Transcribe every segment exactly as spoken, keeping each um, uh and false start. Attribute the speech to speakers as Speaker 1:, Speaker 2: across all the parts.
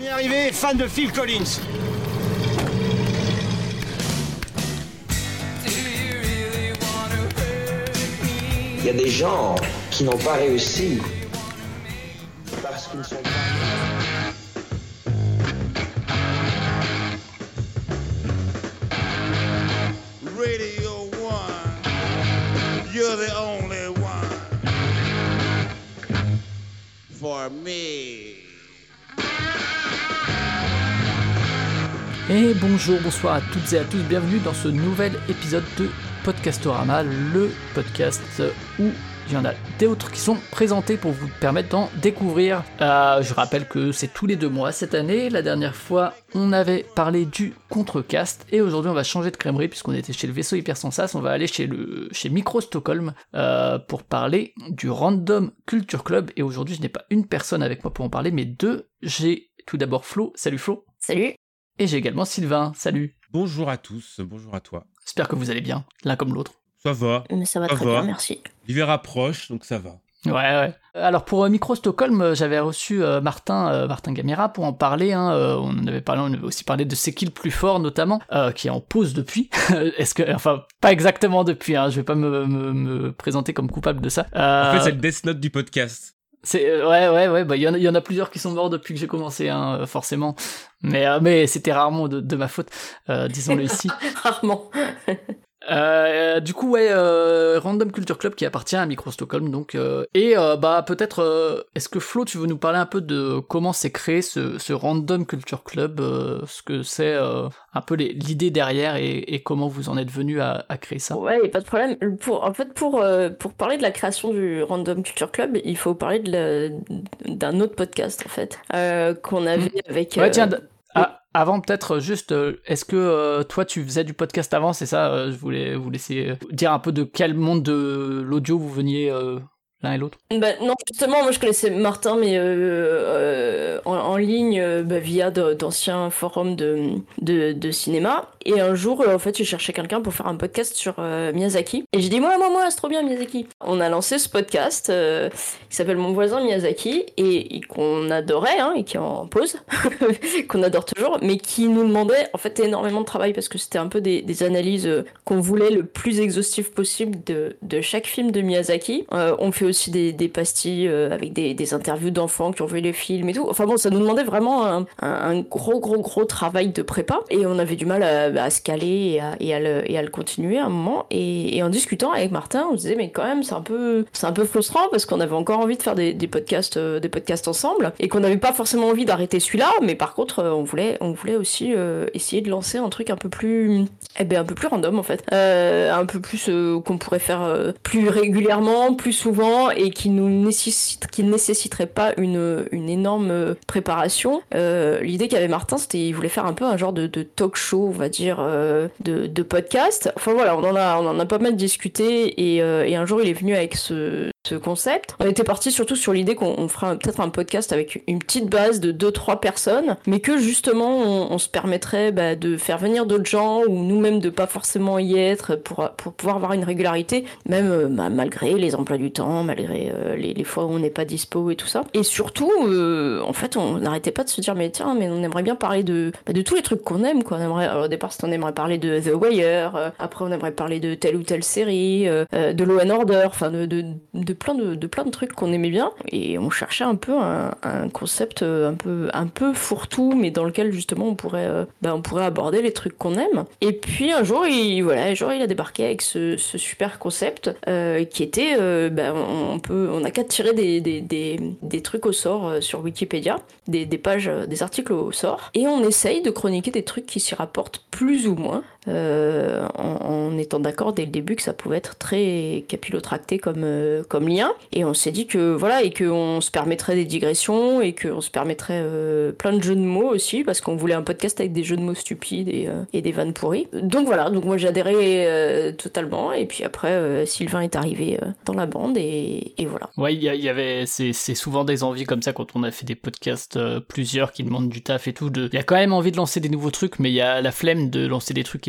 Speaker 1: Premier arrivé, fan de Phil Collins.
Speaker 2: Il y a des gens qui n'ont pas réussi parce qu'ils ne sont pas...
Speaker 3: Radio One, you're the only one for me.
Speaker 4: Et bonjour, bonsoir à toutes et à tous, bienvenue dans ce nouvel épisode de Podcastorama, le podcast où il y en a d'autres qui sont présentés pour vous permettre d'en découvrir. Euh, je rappelle que c'est tous les deux mois cette année. La dernière fois, on avait parlé du Contrecast et aujourd'hui, on va changer de crèmerie puisqu'on était chez le Vaisseau Hypersensas. On va aller chez le chez Micro Stockholm euh, pour parler du Random Culture Club. Et aujourd'hui, je n'ai pas une personne avec moi pour en parler, mais deux. J'ai tout d'abord Flo. Salut Flo.
Speaker 5: Salut.
Speaker 4: Et j'ai également Sylvain. Salut.
Speaker 6: Bonjour à tous, bonjour à toi.
Speaker 4: J'espère que vous allez bien, l'un comme l'autre.
Speaker 6: Ça va.
Speaker 5: Mais ça va
Speaker 6: ça
Speaker 5: très
Speaker 6: va.
Speaker 5: bien, merci.
Speaker 6: L'hiver approche, donc ça va.
Speaker 4: Ouais, ouais. Alors pour euh, Micro Stockholm, euh, j'avais reçu euh, Martin, euh, Martin Gamera pour en parler. Hein, euh, on en avait parlé, on avait aussi parlé de C'est qui le plus fort notamment, euh, qui est en pause depuis. Est-ce que, enfin, pas exactement depuis. Hein, je vais pas me, me, me présenter comme coupable de ça. Euh,
Speaker 6: En fait, c'est le Death Note du podcast.
Speaker 4: C'est euh, ouais, ouais, ouais. Bah il y en a, il y en a plusieurs qui sont morts depuis que j'ai commencé, hein, forcément. Mais euh, mais c'était rarement de, de ma faute, euh, disons-le ici.
Speaker 5: Rarement.
Speaker 4: Euh, du coup, ouais, euh, Random Culture Club qui appartient à Micro Stockholm, donc euh, et euh, bah peut-être, euh, est-ce que Flo, tu veux nous parler un peu de comment s'est créé ce, ce Random Culture Club, euh, ce que c'est euh, un peu les, l'idée derrière et, et comment vous en êtes venu à, à créer ça.
Speaker 5: Ouais, y a pas de problème. Pour, en fait, pour, euh, pour parler de la création du Random Culture Club, il faut parler de la, d'un autre podcast, en fait, euh, qu'on avait mmh. avec...
Speaker 4: Ouais,
Speaker 5: euh,
Speaker 4: tiens, d- ah, avant peut-être juste, euh, est-ce que euh, toi tu faisais du podcast avant, c'est ça, euh, je voulais vous laisser euh, dire un peu de quel monde de l'audio vous veniez euh, l'un et l'autre.
Speaker 5: Bah, non, justement, moi je connaissais Martin, mais euh, euh, en, en ligne, euh, bah, via de, d'anciens forums de, de, de cinéma. Et un jour, euh, en fait, j'ai cherché quelqu'un pour faire un podcast sur euh, Miyazaki. Et j'ai dit, moi, moi, moi, c'est trop bien Miyazaki. On a lancé ce podcast euh, qui s'appelle Mon voisin Miyazaki, et, et qu'on adorait, hein, et qui est en pause, qu'on adore toujours, mais qui nous demandait en fait énormément de travail parce que c'était un peu des, des analyses euh, qu'on voulait le plus exhaustif possible de, de chaque film de Miyazaki. Euh, on fait aussi des, des pastilles euh, avec des, des interviews d'enfants qui ont vu les films et tout. Enfin bon, ça nous demandait vraiment un, un, un gros, gros, gros travail de prépa, et on avait du mal à à se caler et à, et, à le, et à le continuer à un moment, et, et en discutant avec Martin, on se disait mais quand même c'est un peu c'est un peu frustrant parce qu'on avait encore envie de faire des, des podcasts euh, des podcasts ensemble, et qu'on n'avait pas forcément envie d'arrêter celui-là, mais par contre euh, on voulait on voulait aussi euh, essayer de lancer un truc un peu plus eh ben un peu plus random en fait, euh, un peu plus euh, qu'on pourrait faire euh, plus régulièrement, plus souvent, et qui nous nécessite qui nécessiterait pas une une énorme préparation. Euh, l'idée qu'avait Martin, c'était il voulait faire un peu un genre de, de talk show, on va dire, euh, de, de podcast. Enfin voilà, on en a, on en a pas mal discuté, et, euh, et un jour il est venu avec ce, ce concept. On était parti surtout sur l'idée qu'on on ferait peut-être un podcast avec une petite base de deux trois personnes, mais que justement on, on se permettrait bah, de faire venir d'autres gens, ou nous-mêmes de pas forcément y être, pour, pour pouvoir avoir une régularité, même euh, bah, malgré les emplois du temps, malgré euh, les, les fois où on n'est pas dispo et tout ça. Et surtout, euh, en fait, on n'arrêtait pas de se dire mais tiens, mais on aimerait bien parler de, bah, de tous les trucs qu'on aime, quoi. On aimerait, alors, au départ, on aimerait parler de The Wire, euh, après on aimerait parler de telle ou telle série, euh, de Law and Order, enfin de, de, de, plein de, de plein de trucs qu'on aimait bien, et on cherchait un peu un, un concept un peu, un peu fourre-tout, mais dans lequel justement on pourrait, euh, bah, on pourrait aborder les trucs qu'on aime. Et puis un jour, il, voilà, un jour, il a débarqué avec ce, ce super concept euh, qui était, euh, bah, on, on peut, on a qu'à tirer des, des, des, des trucs au sort euh, sur Wikipédia, des, des pages, des articles au sort, et on essaye de chroniquer des trucs qui s'y rapportent plus ou moins, euh, en, en étant d'accord dès le début que ça pouvait être très capillotracté comme, euh, comme lien. Et on s'est dit que voilà, et qu'on se permettrait des digressions, et qu'on se permettrait euh, plein de jeux de mots aussi, parce qu'on voulait un podcast avec des jeux de mots stupides et, euh, et des vannes pourries. Donc voilà, donc moi j'ai adhéré euh, totalement, et puis après euh, Sylvain est arrivé euh, dans la bande, et, et voilà.
Speaker 4: Ouais, il y, y avait, c'est, c'est souvent des envies comme ça quand on a fait des podcasts euh, plusieurs qui demandent du taf et tout. Il y a quand même envie de lancer des nouveaux trucs, mais il y a la flemme de lancer des trucs qui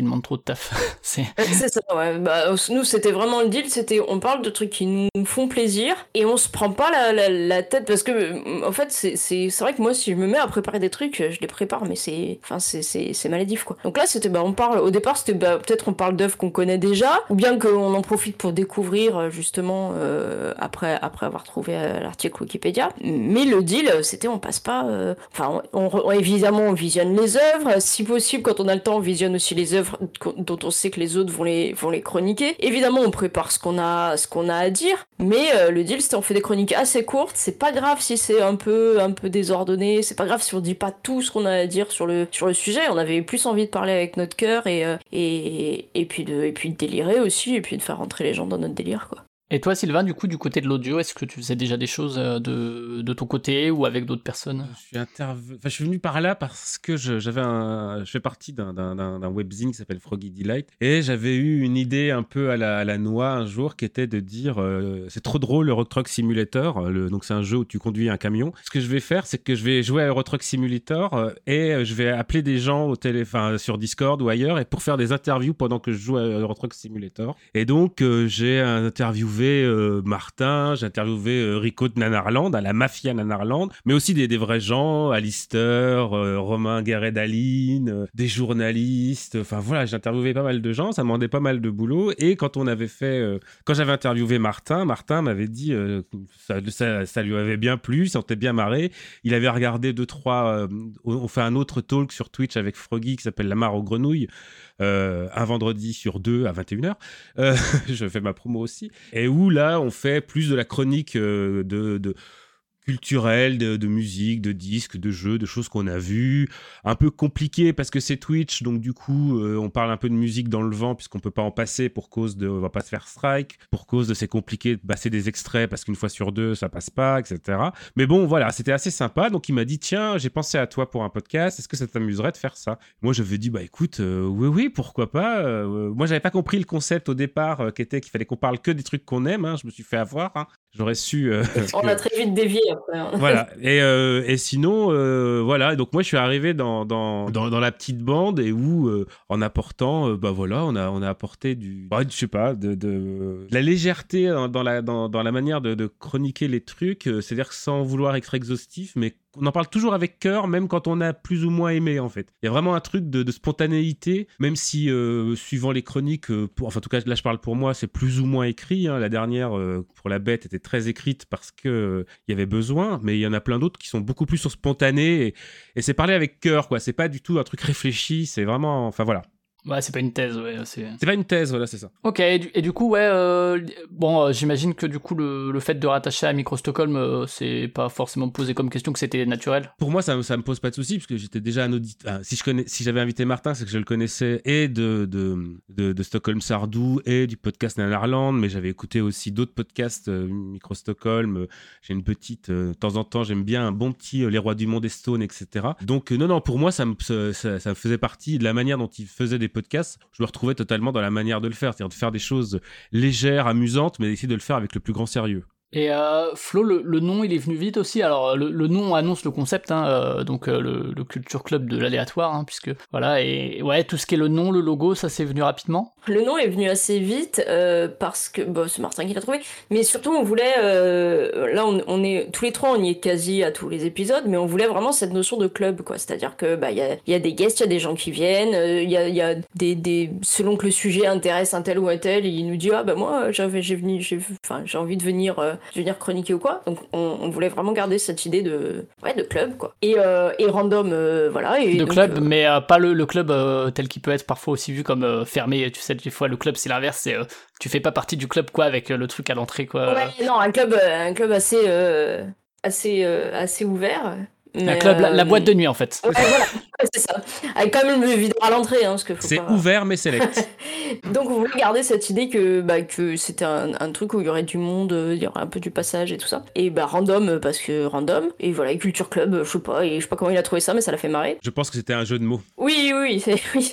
Speaker 4: demande trop de taf. c'est...
Speaker 5: c'est ça, ouais. Bah, nous, c'était vraiment le deal, c'était on parle de trucs qui nous font plaisir et on se prend pas la, la, la tête parce que, en fait, c'est, c'est, c'est vrai que moi, si je me mets à préparer des trucs, je les prépare, mais c'est, enfin, c'est, c'est, c'est maladif, quoi. Donc là, c'était, bah, on parle, au départ, c'était, bah, peut-être on parle d'œuvres qu'on connaît déjà, ou bien qu'on en profite pour découvrir, justement, euh, après, après avoir trouvé euh, l'article Wikipédia. Mais le deal, c'était on passe pas, euh, enfin, on, on, évidemment, on visionne les œuvres, si possible, quand on a le temps, on visionne aussi les œuvres dont on sait que les autres vont les, vont les chroniquer. Évidemment, on prépare ce qu'on a, ce qu'on a à dire, mais euh, le deal, c'était on fait des chroniques assez courtes, c'est pas grave si c'est un peu, un peu désordonné, c'est pas grave si on dit pas tout ce qu'on a à dire sur le, sur le sujet, on avait plus envie de parler avec notre cœur et, euh, et, et, puis de, et puis de délirer aussi, et puis de faire rentrer les gens dans notre délire, quoi.
Speaker 4: Et toi, Sylvain, du coup, du côté de l'audio, est-ce que tu faisais déjà des choses de, de ton côté ou avec d'autres personnes ?
Speaker 6: Je suis, interve... enfin, je suis venu par là parce que je, j'avais un... je fais partie d'un, d'un, d'un, d'un webzine qui s'appelle Froggy Delight et j'avais eu une idée un peu à la, à la noix un jour qui était de dire euh, c'est trop drôle le Euro Truck Simulator, le... donc c'est un jeu où tu conduis un camion. Ce que je vais faire, c'est que je vais jouer à Euro Truck Simulator euh, et je vais appeler des gens au télé... enfin, sur Discord ou ailleurs et pour faire des interviews pendant que je joue à Euro Truck Simulator. Et donc euh, j'ai interviewé Euh, Martin, j'ai interviewé euh, Rico de Nanarland, à la mafia Nanarland, mais aussi des, des vrais gens, Alistair, euh, Romain Guéret-Daline, euh, des journalistes, enfin voilà, j'ai interviewé pas mal de gens, ça me demandait pas mal de boulot, et quand on avait fait, euh, quand j'avais interviewé Martin, Martin m'avait dit euh, ça, ça, ça lui avait bien plu, il s'était bien marré, il avait regardé deux, trois, euh, on fait un autre talk sur Twitch avec Froggy qui s'appelle La Mare aux Grenouilles, Euh, un vendredi sur deux à vingt et une heures. Euh, je fais ma promo aussi. Et où là, on fait plus de la chronique euh, de, de culturelle, de, de musique, de disques, de jeux, de choses qu'on a vues. Un peu compliqué parce que c'est Twitch, donc du coup, euh, on parle un peu de musique dans le vent puisqu'on peut pas en passer pour cause de... On va pas se faire strike, pour cause de c'est compliqué de passer des extraits parce qu'une fois sur deux, ça passe pas, et cetera. Mais bon, voilà, c'était assez sympa. Donc il m'a dit, tiens, j'ai pensé à toi pour un podcast, est-ce que ça t'amuserait de faire ça ? Moi, je lui ai dit, bah écoute, euh, oui, oui, pourquoi pas. Euh, moi, j'avais pas compris le concept au départ, euh, qui était qu'il fallait qu'on parle que des trucs qu'on aime. Hein. Je me suis fait avoir. Hein. J'aurais su... Euh,
Speaker 5: on
Speaker 6: que...
Speaker 5: a très vite dévié après. Hein.
Speaker 6: Voilà. Et, euh, et sinon, euh, voilà. Donc moi, je suis arrivé dans, dans, dans, dans la petite bande et où, euh, en apportant, euh, bah voilà, on a, on a apporté du... Bah, je sais pas, de, de, de la légèreté dans, dans, la, dans, dans la manière de, de chroniquer les trucs. Euh, c'est-à-dire sans vouloir être exhaustif, mais on en parle toujours avec cœur, même quand on a plus ou moins aimé, en fait. Il y a vraiment un truc de, de spontanéité, même si, euh, suivant les chroniques, euh, pour, enfin, en tout cas, là, je parle pour moi, c'est plus ou moins écrit. Hein. La dernière, euh, pour la bête, était très écrite parce qu'il euh, y avait besoin, mais il y en a plein d'autres qui sont beaucoup plus sur spontané, et, et c'est parler avec cœur, quoi. C'est pas du tout un truc réfléchi, c'est vraiment... Enfin, voilà.
Speaker 4: Ouais, c'est pas une thèse, ouais. C'est,
Speaker 6: c'est pas une thèse, voilà, c'est ça.
Speaker 4: Ok, et du, et du coup, ouais, euh, bon, euh, j'imagine que du coup, le, le fait de rattacher à Micro Stockholm, euh, c'est pas forcément posé comme question, que c'était naturel.
Speaker 6: Pour moi, ça, ça me pose pas de soucis, parce que j'étais déjà un auditeur. Enfin, si, je connais, si j'avais invité Martin, c'est que je le connaissais et de, de, de, de Stockholm Sardou et du podcast Nanarland, mais j'avais écouté aussi d'autres podcasts, euh, Micro Stockholm. Euh, j'ai une petite, euh, de temps en temps, j'aime bien un bon petit euh, Les Rois du Monde et Stone, et cetera. Donc, euh, non, non, pour moi, ça me, ça, ça, ça faisait partie de la manière dont il faisait des podcasts. Je me retrouvais totalement dans la manière de le faire, c'est-à-dire de faire des choses légères, amusantes, mais d'essayer de le faire avec le plus grand sérieux.
Speaker 4: Et euh, Flo, le, le nom, il est venu vite aussi. Alors, le, le nom annonce le concept, hein, euh, donc euh, le, le Culture Club de l'aléatoire, hein, puisque voilà, et ouais, tout ce qui est le nom, le logo, ça c'est venu rapidement.
Speaker 5: Le nom est venu assez vite euh, parce que bon, c'est Martin qui l'a trouvé, mais surtout on voulait, euh, là on, on est tous les trois, on y est quasi à tous les épisodes, mais on voulait vraiment cette notion de club, quoi. C'est-à-dire que bah il y a, y a des guests, il y a des gens qui viennent, il euh, y a, y a des, des, selon que le sujet intéresse un tel ou un tel, il nous dit ah bah moi j'avais, j'ai venu, j'ai, enfin j'ai envie de venir. Euh, je veux venir chroniquer ou quoi, donc on, on voulait vraiment garder cette idée de ouais de club, quoi, et, euh, et random, euh, voilà, et
Speaker 4: de
Speaker 5: donc,
Speaker 4: club,
Speaker 5: euh...
Speaker 4: mais euh, pas le, le club euh, tel qu'il peut être parfois aussi vu comme euh, fermé. Tu sais, des fois le club c'est l'inverse, c'est euh, tu fais pas partie du club, quoi, avec euh, le truc à l'entrée, quoi.
Speaker 5: Ouais, non, un club un club assez euh, assez euh, assez ouvert.
Speaker 4: Mais, un club, euh... la, la boîte de nuit en fait.
Speaker 5: Ouais, voilà, ouais, c'est ça. Avec quand même le videur à l'entrée, hein, parce que faut
Speaker 6: c'est
Speaker 5: pas...
Speaker 6: ouvert mais select.
Speaker 5: Donc on voulait garder cette idée que bah que c'était un, un truc où il y aurait du monde, il y aurait un peu du passage et tout ça. Et bah random parce que random. Et voilà, et Culture Club, je sais pas, et je sais pas comment il a trouvé ça, mais ça l'a fait marrer.
Speaker 6: Je pense que c'était un jeu de mots.
Speaker 5: Oui, oui, c'est, oui,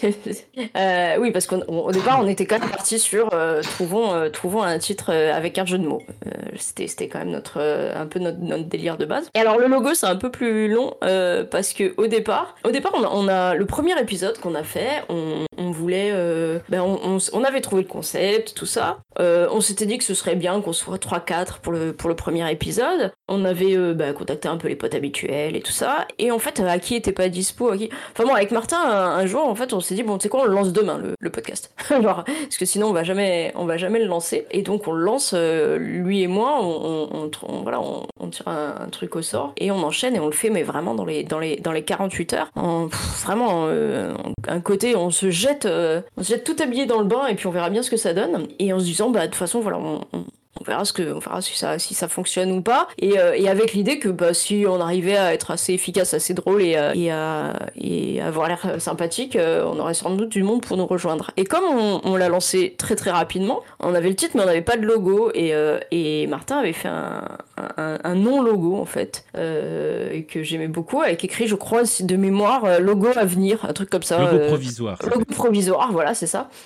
Speaker 5: euh, oui, parce qu'au départ on était quand même parti sur euh, trouvons euh, trouvons un titre euh, avec un jeu de mots. Euh, c'était c'était quand même notre euh, un peu notre, notre délire de base. Et alors le logo c'est un peu plus long euh, parce que au départ, au départ on a, on a le premier épisode qu'on a fait, on, on voulait, euh, ben on, on, on avait trouvé le concept, tout ça. Euh, on s'était dit que ce serait bien qu'on soit trois quatre pour le pour le premier épisode. On avait euh, ben, contacté un peu les potes habituels et tout ça. Et en fait, Aki était pas dispo. Aki... Enfin bon, avec Martin, un, un jour, en fait, on s'est dit bon, tu sais quoi, on le lance demain le, le podcast. Genre, parce que sinon on va jamais, on va jamais le lancer. Et donc on le lance, euh, lui et moi, on, on, on, on voilà, on, on tire un, un truc au sort et on enchaîne et on le fait, mais vraiment dans les dans les dans les quarante-huit heures. En, pff, vraiment, euh, un côté, on se jette, euh, on se jette tout habillé dans le bain et puis on verra bien ce que ça donne. Et en se disant, bah de toute façon, voilà, on, on On verra, ce que, on verra si, ça, si ça fonctionne ou pas. Et, euh, et avec l'idée que bah, si on arrivait à être assez efficace, assez drôle et, euh, et, à, et avoir l'air sympathique, euh, on aurait sans doute du monde pour nous rejoindre. Et comme on, on l'a lancé très très rapidement, on avait le titre mais on n'avait pas de logo. Et, euh, et Martin avait fait un, un, un non-logo en fait, euh, que j'aimais beaucoup, avec écrit, je crois, de mémoire, euh, logo à venir, un truc comme ça.
Speaker 6: Logo
Speaker 5: euh,
Speaker 6: provisoire.
Speaker 5: Logo provisoire, voilà, c'est ça.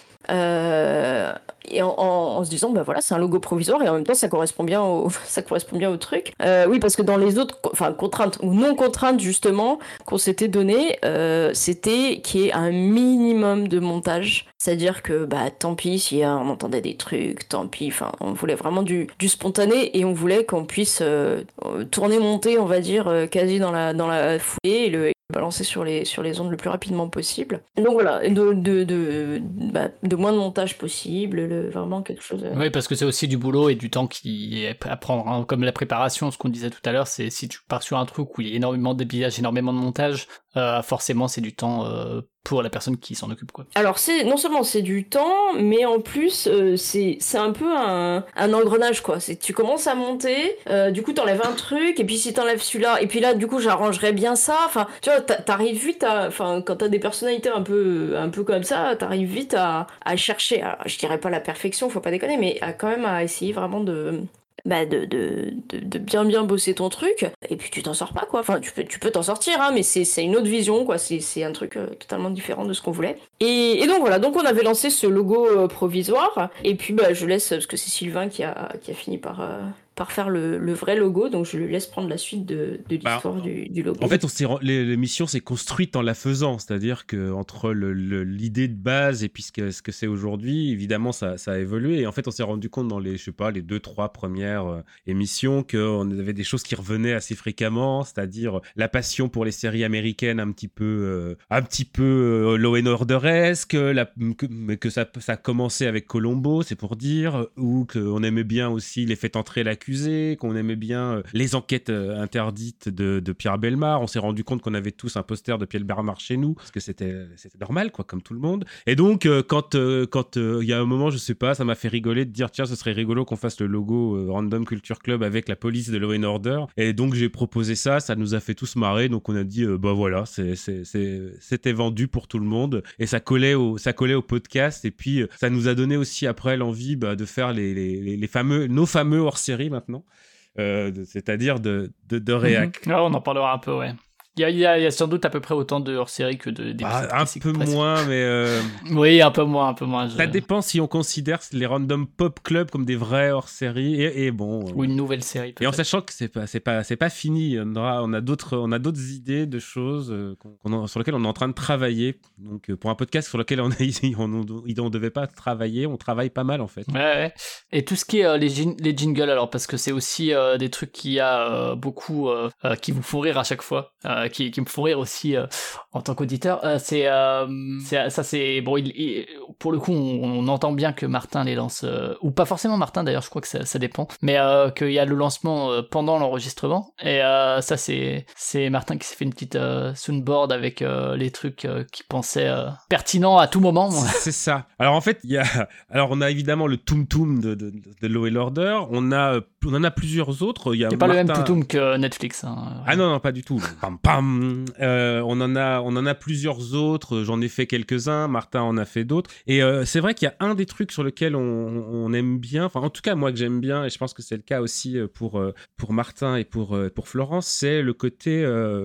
Speaker 5: Euh, et en, en, en se disant bah voilà, c'est un logo provisoire et en même temps ça correspond bien au ça correspond bien au truc. Euh, oui, parce que dans les autres enfin contraintes ou non contraintes justement qu'on s'était donné, euh, c'était qu'il y ait un minimum de montage, c'est-à-dire que bah tant pis si on entendait des trucs, tant pis, enfin on voulait vraiment du du spontané et on voulait qu'on puisse euh, tourner monter on va dire euh, quasi dans la dans la foulée et le balancer sur les sur les ondes le plus rapidement possible. Donc voilà, de de de, bah, de moins de montage possible, le, vraiment quelque chose. De...
Speaker 4: Oui, parce que c'est aussi du boulot et du temps qui est à prendre, hein. Comme la préparation, ce qu'on disait tout à l'heure, c'est si tu pars sur un truc où il y a énormément d'habillage, énormément de montage, euh, forcément c'est du temps euh, pour la personne qui s'en occupe, quoi.
Speaker 5: Alors c'est non seulement c'est du temps, mais en plus euh, c'est c'est un peu un un engrenage quoi. C'est tu commences à monter, euh, du coup t'enlèves un truc et puis si t'enlèves celui-là et puis là du coup j'arrangerais bien ça. Enfin tu vois t'arrives vite à enfin quand t'as des personnalités un peu un peu comme ça, t'arrives vite à à chercher. Alors, je dirais pas la perfection, faut pas déconner, mais à quand même à essayer vraiment de bah de, de, de, de bien bien bosser ton truc et puis tu t'en sors pas quoi, enfin tu peux, tu peux t'en sortir hein, mais c'est, c'est une autre vision quoi, c'est, c'est un truc euh, totalement différent de ce qu'on voulait et, et donc voilà, donc on avait lancé ce logo euh, provisoire et puis bah je laisse, parce que c'est Sylvain qui a, qui a fini par, euh, par faire le, le vrai logo, donc je lui laisse prendre la suite de, de l'histoire bah, du, du logo.
Speaker 6: En fait on s'est, l'émission s'est construite en la faisant, c'est-à-dire que entre le, le, l'idée de base et puis ce que, ce que c'est aujourd'hui, évidemment ça, ça a évolué et en fait on s'est rendu compte dans les, je sais pas, les deux trois premières euh, émissions qu'on avait des choses qui revenaient assez fréquemment, c'est-à-dire la passion pour les séries américaines un petit peu euh, un petit peu euh, Law and Order-esque, la, que, que ça, ça commençait avec Columbo, c'est pour dire, ou qu'on aimait bien aussi les Faites entrer l'accusé, qu'on aimait bien euh, les enquêtes euh, interdites de, de Pierre Bellemare. On s'est rendu compte qu'on avait tous un poster de Pierre Bellemare chez nous, parce que c'était, c'était normal, quoi, comme tout le monde. Et donc, euh, quand il euh, quand, euh, y a un moment, je sais pas, ça m'a fait rigoler de dire, tiens, ce serait rigolo qu'on fasse le logo euh, Random Culture Club avec la police de Law and Order. Et donc, j'ai proposé ça, ça nous a fait tous marrer. Donc, on a dit, euh, bah voilà, c'est, c'est, c'est, c'était vendu pour tout le monde. Et ça collait au, ça collait au podcast. Et puis, euh, ça nous a donné aussi après l'envie bah, de faire les, les, les fameux, nos fameux hors-série maintenant. Euh, c'est-à-dire de, de, de réac.
Speaker 4: Mmh. Ah, on en parlera un peu, ouais. Il y, a, il, y a, il y a sans doute à peu près autant de hors-série que de, d'épisodes.
Speaker 6: Ah, un peu presque. Moins, mais... Euh...
Speaker 4: Oui, un peu moins, un peu moins. Je...
Speaker 6: Ça dépend si on considère les Random Pop Club comme des vrais hors-série, et, et bon...
Speaker 4: Ou une nouvelle série, peut-être.
Speaker 6: Et en sachant que c'est pas, c'est pas, c'est pas fini, on, aura, on, a d'autres, on a d'autres idées de choses euh, qu'on, sur lesquelles on est en train de travailler. Donc, euh, pour un podcast sur lequel on ne devait pas travailler, on travaille pas mal, en fait.
Speaker 4: Ouais, ouais. Et tout ce qui est euh, les, gin- les jingles, alors, parce que c'est aussi euh, des trucs qui a euh, beaucoup... Euh, euh, qui vous font rire à chaque fois. Euh, Qui, qui me font rire aussi euh, en tant qu'auditeur. Euh, c'est, euh, c'est ça, c'est bon. Il, il, pour le coup, on, on entend bien que Martin les lance, euh, ou pas forcément Martin d'ailleurs. Je crois que ça, ça dépend. Mais euh, qu'il y a le lancement euh, pendant l'enregistrement. Et euh, ça, c'est c'est Martin qui s'est fait une petite euh, soundboard avec euh, les trucs euh, qu'il pensait euh, pertinents à tout moment.
Speaker 6: C'est, c'est ça. Alors en fait, il y a, alors on a évidemment le Toum Toum de, de, de Law and Order. On a, on en a plusieurs autres. Il y a
Speaker 4: c'est pas Martin... le même Toum que Netflix. Hein,
Speaker 6: ah non, non, pas du tout. Pam pam. Euh, on en a, on en a plusieurs autres. J'en ai fait quelques-uns. Martin en a fait d'autres. Et euh, c'est vrai qu'il y a un des trucs sur lequel on, on aime bien. Enfin, en tout cas, moi que j'aime bien, et je pense que c'est le cas aussi pour pour Martin et pour pour Florence, c'est le côté euh,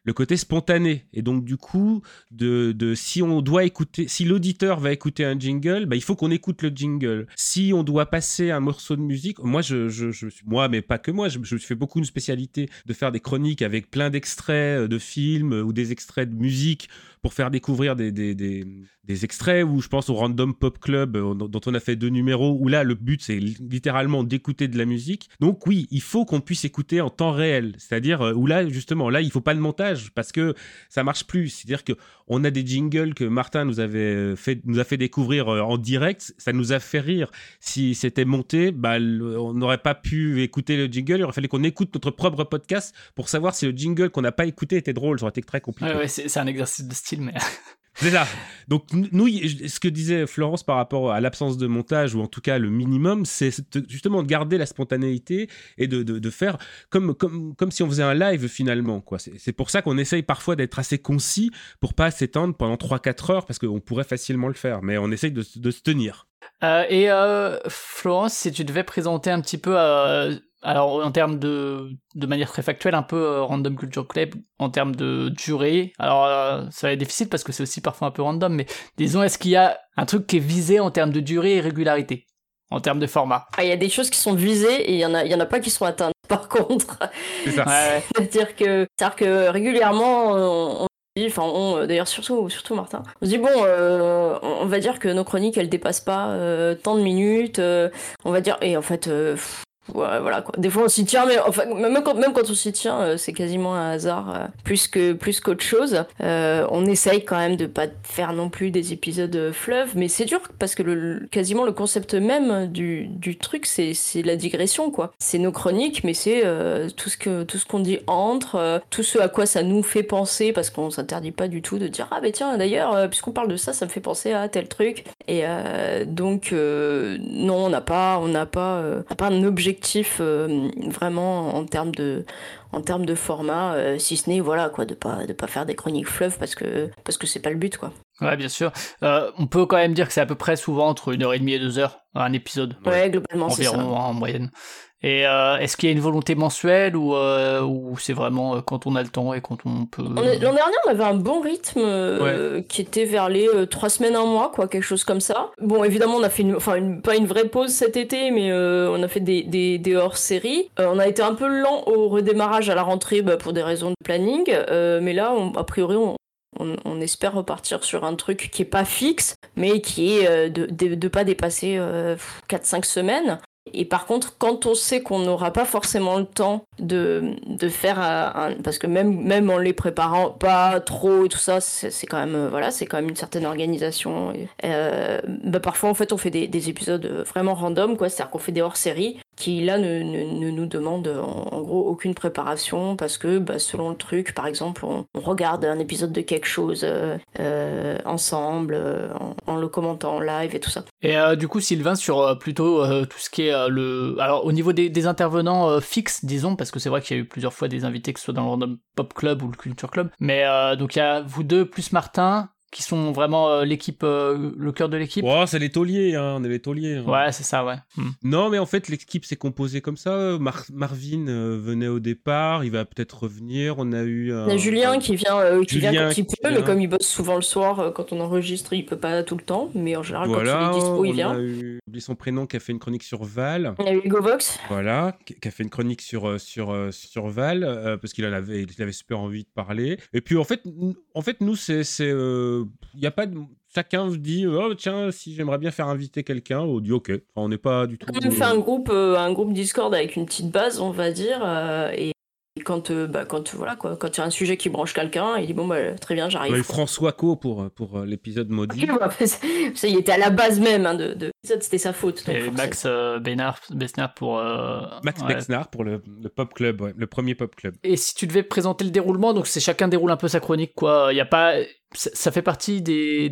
Speaker 6: le côté spontané. Et donc, du coup, de, de, si on doit écouter, si l'auditeur va écouter un jingle, bah, il faut qu'on écoute le jingle. Si on doit passer un morceau de musique, moi, je, je, je, moi mais pas que moi, je, je fais beaucoup une spécialité de faire des chroniques avec plein d'extraits de films ou des extraits de musique pour faire découvrir des, des, des, des extraits, où je pense au Random Pop Club euh, dont on a fait deux numéros, où là le but c'est littéralement d'écouter de la musique. Donc oui, il faut qu'on puisse écouter en temps réel, c'est-à-dire euh, où là justement, là il faut pas de montage parce que ça marche plus, c'est-à-dire que on a des jingles que Martin nous avait fait, nous a fait découvrir euh, en direct, ça nous a fait rire. Si c'était monté, bah, le, on n'aurait pas pu écouter le jingle, il aurait fallu qu'on écoute notre propre podcast pour savoir si le jingle qu'on n'a pas écouté était drôle, ça aurait été très compliqué.
Speaker 4: Ouais, ouais, c'est, c'est un exercice de style, mais...
Speaker 6: C'est ça. Donc, nous, ce que disait Florence par rapport à l'absence de montage, ou en tout cas le minimum, c'est justement de garder la spontanéité et de, de, de faire comme, comme, comme si on faisait un live finalement, quoi. C'est, c'est pour ça qu'on essaye parfois d'être assez concis pour pas s'étendre pendant trois quatre heures, parce qu'on pourrait facilement le faire, mais on essaye de, de se tenir.
Speaker 4: Euh, et euh, Florence, si tu devais présenter un petit peu... Euh... Alors, en termes de, de manière très factuelle, un peu euh, Random Culture Club, en termes de durée, alors euh, ça va être difficile parce que c'est aussi parfois un peu random, mais disons, est-ce qu'il y a un truc qui est visé en termes de durée et régularité, en termes de format?
Speaker 5: Ah, il y a des choses qui sont visées et il y en a, il y en a pas qui sont atteintes, par contre.
Speaker 6: C'est ça.
Speaker 4: Ouais.
Speaker 5: C'est-à-dire que, c'est-à-dire que régulièrement, on, on Enfin, on, d'ailleurs, surtout, surtout Martin. On se dit, bon, euh, on va dire que nos chroniques, elles dépassent pas euh, tant de minutes. Euh, on va dire, et en fait, euh, pff, ouais, voilà quoi. Des fois, on s'y tient, mais enfin, même quand, même quand on s'y tient, euh, c'est quasiment un hasard euh, plus que plus qu'autre chose. Euh, on essaye quand même de pas faire non plus des épisodes fleuves, mais c'est dur parce que le, quasiment le concept même du, du truc, c'est, c'est la digression quoi. C'est nos chroniques, mais c'est euh, tout ce que tout ce qu'on dit entre, euh, tout ce à quoi ça nous fait penser, parce qu'on s'interdit pas du tout de dire ah ben tiens d'ailleurs euh, puisqu'on parle de ça, ça me fait penser à tel truc. Et euh, donc euh, non, on n'a pas on n'a pas euh, on n'a pas un objectif Euh, vraiment en termes de en termes de format, euh, si ce n'est voilà quoi, de pas de pas faire des chroniques fleuves parce que parce que c'est pas le but quoi.
Speaker 4: Ouais, bien sûr. Euh, on peut quand même dire que c'est à peu près souvent entre une heure et demie et deux heures un épisode.
Speaker 5: Ouais, ouais globalement c'est ça.
Speaker 4: Environ en moyenne. Et euh, est-ce qu'il y a une volonté mensuelle ou, euh, ou c'est vraiment euh, quand on a le temps et quand on peut...
Speaker 5: On est, l'an dernier, on avait un bon rythme euh, ouais. qui était vers les euh, trois semaines, un mois, quoi, quelque chose comme ça. Bon, évidemment, on a fait une, enfin, une, pas une vraie pause cet été, mais euh, on a fait des, des, des hors-séries. Euh, on a été un peu lent au redémarrage à la rentrée bah, pour des raisons de planning, euh, mais là, on, a priori, on... On, on espère repartir sur un truc qui est pas fixe, mais qui est euh, de, de, de pas dépasser euh, quatre cinq semaines. Et par contre, quand on sait qu'on n'aura pas forcément le temps de, de faire un, un... Parce que même, même en les préparant pas trop et tout ça, c'est, c'est quand même, euh, voilà, c'est quand même une certaine organisation. Et, euh, bah parfois, en fait, on fait des, des épisodes vraiment random, quoi. C'est-à-dire qu'on fait des hors-séries qui, là, ne, ne, ne nous demandent en, en gros aucune préparation parce que, bah, selon le truc, par exemple, on, on regarde un épisode de quelque chose euh, euh, ensemble, euh, en, en le commentant en live et tout ça.
Speaker 4: Et euh, du coup, Sylvain, sur euh, plutôt euh, tout ce qui est euh, le... Alors, au niveau des, des intervenants euh, fixes, disons, parce que c'est vrai qu'il y a eu plusieurs fois des invités, que ce soit dans le Random Pop Club ou le Culture Club, mais euh, donc il y a vous deux plus Martin, qui sont vraiment euh, l'équipe, euh, le cœur de l'équipe.
Speaker 6: Oh, c'est les tauliers, hein, on est les tauliers. Hein.
Speaker 4: Ouais, c'est ça, ouais. Hmm.
Speaker 6: Non, mais en fait, l'équipe s'est composée comme ça. Mar- Marvin euh, venait au départ, il va peut-être revenir. On a eu... Euh,
Speaker 5: on a Julien qui vient, euh, qui
Speaker 6: Julien
Speaker 5: vient quand il
Speaker 6: qui
Speaker 5: peut,
Speaker 6: vient.
Speaker 5: mais comme il bosse souvent le soir, euh, quand on enregistre, il peut pas tout le temps, mais en général,
Speaker 6: voilà,
Speaker 5: quand il est dispo, il vient.
Speaker 6: On a eu, oublié son prénom, qui a fait une chronique sur Val.
Speaker 5: On a eu Egovox.
Speaker 6: Voilà, qui a fait une chronique sur, sur, sur Val, euh, parce qu'il en avait, il avait super envie de parler. Et puis, en fait, en fait nous, c'est... c'est euh, y a pas de... Chacun dit oh tiens si j'aimerais bien faire inviter quelqu'un, on dit ok. Enfin, on n'est pas du tout.
Speaker 5: On a fait un groupe, euh, un groupe Discord avec une petite base, on va dire, euh, et quand, euh, bah, quand voilà quoi, quand il y a un sujet qui branche quelqu'un, il dit bon bah très bien j'arrive.
Speaker 6: On a eu François Co pour pour l'épisode maudit.
Speaker 5: Okay, bah, ça il était à la base même hein, de, de l'épisode, c'était sa faute. Donc,
Speaker 4: et Max euh, Besnard, Besnard pour euh...
Speaker 6: Max ouais. Besnard pour le, le pop club, ouais, le premier pop club.
Speaker 4: Et si tu devais présenter le déroulement, donc c'est chacun déroule un peu sa chronique quoi. Il y a pas, ça, ça fait partie des, des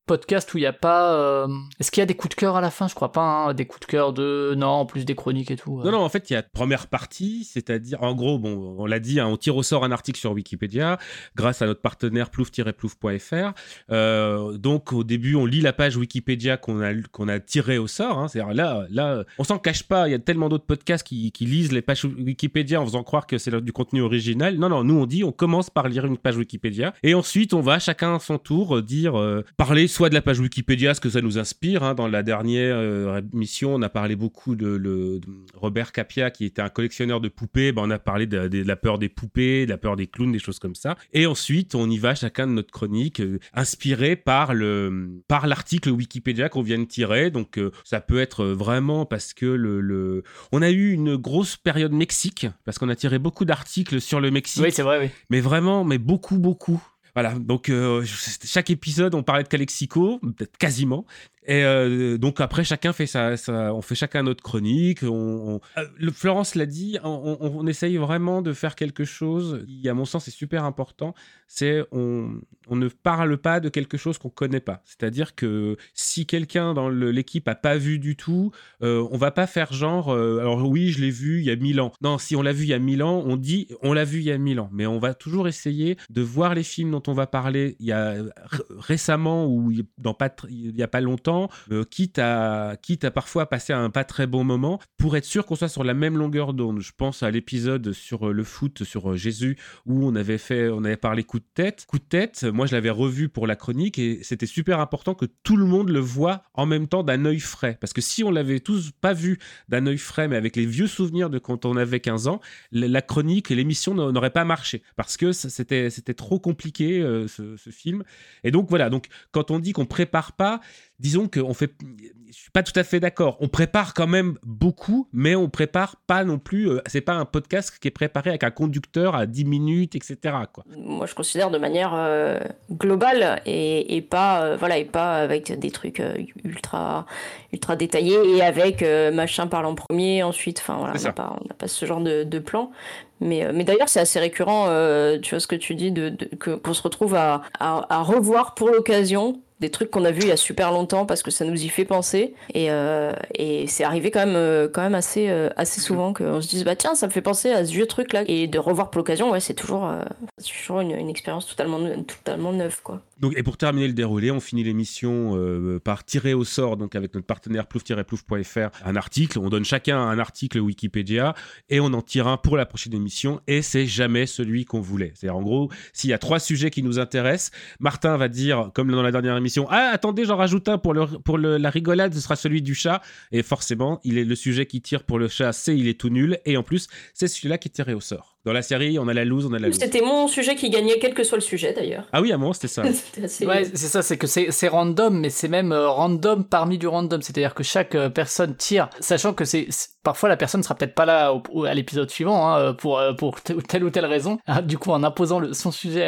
Speaker 4: podcast où il y a pas euh... est-ce qu'il y a des coups de cœur à la fin? Je crois pas, hein. Des coups de cœur de non, en plus des chroniques et tout. Ouais.
Speaker 6: Non non, en fait, il y a première partie, c'est-à-dire en gros, bon, on l'a dit, hein, on tire au sort un article sur Wikipédia grâce à notre partenaire plouf tiret plouf point f r. Euh, donc au début, on lit la page Wikipédia qu'on a qu'on a tiré au sort, hein. C'est-à-dire là là, on s'en cache pas, il y a tellement d'autres podcasts qui qui lisent les pages Wikipédia en faisant croire que c'est du contenu original. Non non, nous on dit on commence par lire une page Wikipédia et ensuite on va chacun à son tour dire euh, parler soit de la page Wikipédia, ce que ça nous inspire, hein. Dans la dernière euh, émission, on a parlé beaucoup de, le, de Robert Capia, qui était un collectionneur de poupées. Ben, on a parlé de, de, de la peur des poupées, de la peur des clowns, des choses comme ça. Et ensuite, on y va chacun de notre chronique, euh, inspiré par, le, par l'article Wikipédia qu'on vient de tirer. Donc, euh, ça peut être vraiment parce que le, le... on a eu une grosse période Mexique, parce qu'on a tiré beaucoup d'articles sur le Mexique.
Speaker 4: Oui, c'est vrai, oui.
Speaker 6: Mais vraiment, mais beaucoup, beaucoup. Voilà, donc euh, chaque épisode, on parlait de Calexico, peut-être quasiment. Et euh, donc après, chacun fait sa, sa, on fait chacun notre chronique. On, on... Euh, le, Florence l'a dit, on, on, on essaye vraiment de faire quelque chose qui, à mon sens, est super important. C'est on, on ne parle pas de quelque chose qu'on connaît pas. C'est-à-dire que si quelqu'un dans le, l'équipe a pas vu du tout, euh, on va pas faire genre, euh, alors oui, je l'ai vu il y a mille ans. Non, si on l'a vu il y a mille ans, on dit on l'a vu il y a mille ans. Mais on va toujours essayer de voir les films dont on va parler. Il y a r- récemment ou dans pas tr- il y a pas longtemps. Euh, quitte, à, quitte à parfois passer un pas très bon moment, pour être sûr qu'on soit sur la même longueur d'onde. Je pense à l'épisode sur euh, le foot, sur euh, Jésus, où on avait, fait, on avait parlé coup de tête. Coup de tête, moi je l'avais revu pour la chronique, et c'était super important que tout le monde le voit en même temps d'un œil frais. Parce que si on l'avait tous pas vu d'un œil frais, mais avec les vieux souvenirs de quand on avait quinze ans, la chronique et l'émission n'aurait pas marché. Parce que c'était, c'était trop compliqué, euh, ce, ce film. Et donc voilà, donc, quand on dit qu'on prépare pas, disons qu'on fait... Je suis pas tout à fait d'accord. On prépare quand même beaucoup, mais on prépare pas non plus... Euh, c'est pas un podcast qui est préparé avec un conducteur à dix minutes, et cetera, quoi.
Speaker 5: Moi, je considère de manière euh, globale et, et, pas, euh, voilà, et pas avec des trucs euh, ultra, ultra détaillés et avec euh, machin parle en premier, ensuite... Enfin, voilà, on n'a pas, on n'a pas ce genre de, de plan. Mais, mais d'ailleurs, c'est assez récurrent, euh, tu vois ce que tu dis, de, de, que, qu'on se retrouve à, à, à revoir pour l'occasion des trucs qu'on a vus il y a super longtemps parce que ça nous y fait penser. Et, euh, et c'est arrivé quand même, euh, quand même assez, euh, assez souvent qu'on se dise, bah tiens, ça me fait penser à ce vieux truc-là. Et de revoir pour l'occasion, ouais, c'est toujours, euh, c'est toujours une, une expérience totalement, totalement neuve, quoi.
Speaker 6: Donc, et pour terminer le déroulé, on finit l'émission euh, par tirer au sort, donc avec notre partenaire plouf tiret plouf point f r, un article. On donne chacun un article Wikipédia et on en tire un pour la prochaine émission, et c'est jamais celui qu'on voulait. C'est-à-dire, en gros, s'il y a trois sujets qui nous intéressent, Martin va dire, comme dans la dernière émission, ah attendez, j'en rajoute un pour, le, pour le, la rigolade, ce sera celui du chat. Et forcément, il est le sujet qui tire pour le chat, c'est il est tout nul, et en plus, c'est celui-là qui est tiré au sort. Dans la série, on a la loose, on a la loose.
Speaker 5: C'était mon sujet qui gagnait, quel que soit le sujet d'ailleurs.
Speaker 6: Ah oui, à un moment, c'était ça.
Speaker 5: C'était assez...
Speaker 4: Ouais, c'est ça, c'est que c'est, c'est random, mais c'est même euh, random parmi du random. C'est-à-dire que chaque euh, personne tire, sachant que c'est, c'est parfois la personne sera peut-être pas là au, au, à l'épisode suivant, hein, pour, euh, pour t- telle ou telle raison. Du coup, en imposant le, son sujet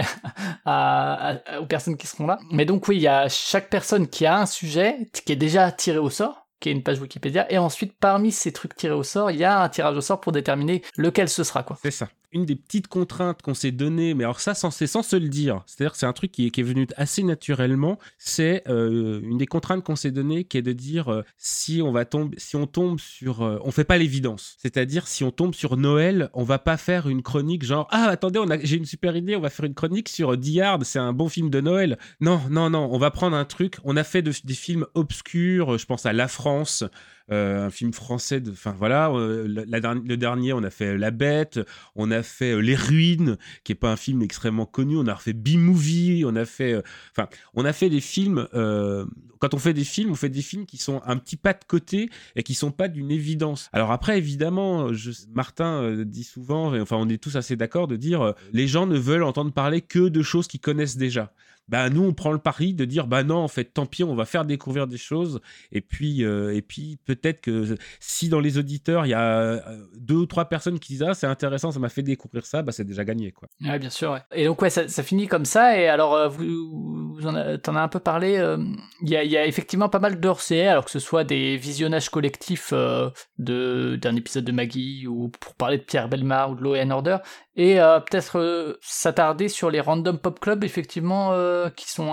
Speaker 4: à, à, aux personnes qui seront là. Mais donc oui, il y a chaque personne qui a un sujet qui est déjà tiré au sort, qui est une page Wikipédia, et ensuite parmi ces trucs tirés au sort, il y a un tirage au sort pour déterminer lequel ce sera, quoi.
Speaker 6: C'est ça. Une des petites contraintes qu'on s'est données, mais alors ça, sans, c'est sans se le dire, c'est-à-dire que c'est un truc qui est, qui est venu assez naturellement, c'est euh, une des contraintes qu'on s'est données qui est de dire euh, si on va tomber, si on tombe sur... Euh, on fait pas l'évidence. C'est-à-dire, si on tombe sur Noël, on va pas faire une chronique genre « Ah, attendez, on a, j'ai une super idée, on va faire une chronique sur Die Hard, c'est un bon film de Noël. » Non, non, non, on va prendre un truc, on a fait de, des films obscurs, je pense à La France, Euh, un film français, enfin voilà, euh, la, la, le dernier, on a fait La Bête, on a fait euh, Les Ruines, qui est pas un film extrêmement connu, on a refait B-Movie, on a fait, enfin, euh, on a fait des films. Euh, quand on fait des films, on fait des films qui sont un petit pas de côté et qui sont pas d'une évidence. Alors après, évidemment, je, Martin euh, dit souvent, et, enfin, on est tous assez d'accord de dire, euh, les gens ne veulent entendre parler que de choses qu'ils connaissent déjà. Bah nous on prend le pari de dire bah non en fait tant pis, on va faire découvrir des choses, et puis euh, et puis peut-être que si dans les auditeurs il y a deux ou trois personnes qui disent ah c'est intéressant, ça m'a fait découvrir ça, bah c'est déjà gagné, quoi.
Speaker 4: Ouais, bien sûr, ouais. Et donc ouais, ça, ça finit comme ça. Et alors euh, vous, vous en a, t'en as un peu parlé, il euh, y, a, y a effectivement pas mal de hors-série, alors que ce soit des visionnages collectifs euh, de d'un épisode de Maggie, ou pour parler de Pierre Bellemare ou de Law and Order, et euh, peut-être euh, s'attarder sur les Random Pop Club, effectivement, euh, qui sont